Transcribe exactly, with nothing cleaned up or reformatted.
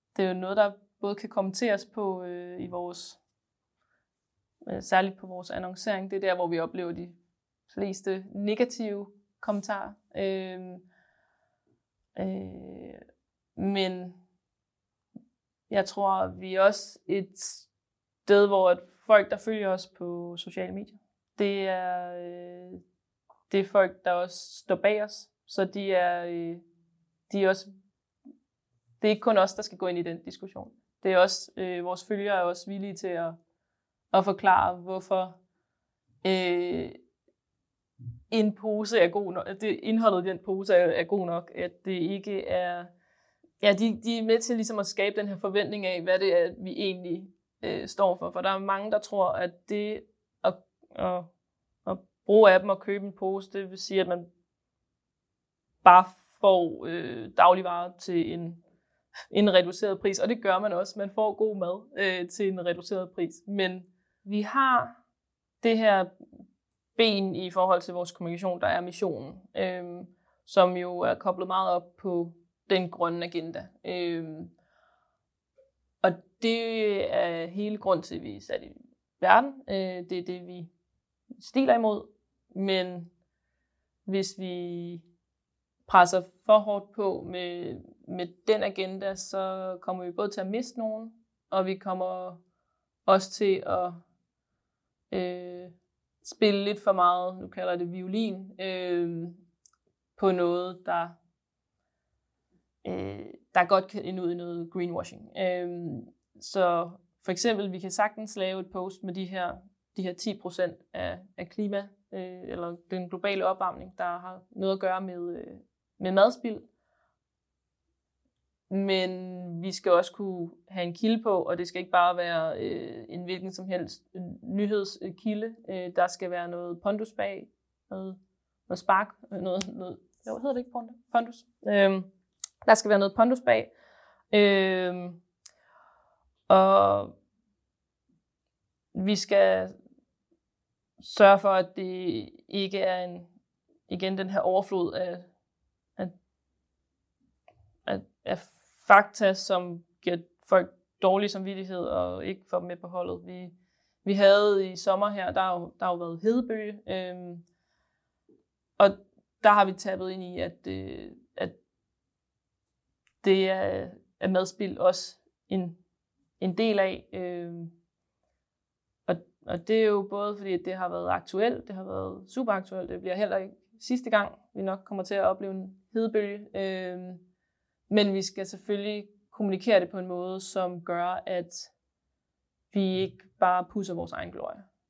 det er jo noget, der både kan kommenteres på øh, i vores, øh, særligt på vores annoncering. Det er der, hvor vi oplever de fleste negative kommentarer. Øh, øh, men jeg tror, vi er også et sted, hvor at folk, der følger os på sociale medier, det er, øh, det er folk, der også står bag os. Så de er, øh, de er også, det er ikke kun os, der skal gå ind i den diskussion. Det er også, øh, vores følgere er også villige til at, at forklare, hvorfor øh, en pose er god nok, det, indholdet i den pose er, er god nok, at det ikke er, ja, de, de er med til ligesom at skabe den her forventning af, hvad det er, vi egentlig øh, står for. For der er mange, der tror, at det at, at, at bruge appen og købe en pose, det vil sige, at man bare får øh, dagligvarer til en, en reduceret pris. Og det gør man også. Man får god mad øh, til en reduceret pris. Men vi har det her ben i forhold til vores kommunikation, der er missionen, øh, som jo er koblet meget op på den grønne agenda. Øh, og det er hele grund til, at vi er sat i verden. Øh, det er det, vi stiler imod. Men hvis vi presser for hårdt på med, med den agenda, så kommer vi både til at miste nogen, og vi kommer også til at øh, spille lidt for meget, nu kalder jeg det violin, øh, på noget, der, øh, der godt kan ende ud i noget greenwashing. Øh, så for eksempel, vi kan sagtens lave et post med de her, de her ti procent af, af klima, øh, eller den globale opvarmning, der har noget at gøre med, øh, med madspild. Men vi skal også kunne have en kilde på, og det skal ikke bare være øh, en hvilken som helst nyhedskilde. Øh, der skal være noget pondus bag, noget, noget spark, noget, noget, jo, hedder det ikke pondus? Øh, der skal være noget pondus bag. Øh, og vi skal sørge for, at det ikke er en, igen den her overflod af, af, af, af fakta, som giver folk dårlig samvittighed og ikke får dem med på holdet. Vi, vi havde i sommer her, der har jo, der har jo været hedebølge, øhm, og der har vi tappet ind i, at, øh, at det er, er madspild også en, en del af. Øhm, og, og det er jo både fordi, at det har været aktuelt, det har været super aktuelt, det bliver heller ikke sidste gang, vi nok kommer til at opleve en hedebølge. Øhm, men vi skal selvfølgelig kommunikere det på en måde, som gør, at vi ikke bare pusser vores egen glorie.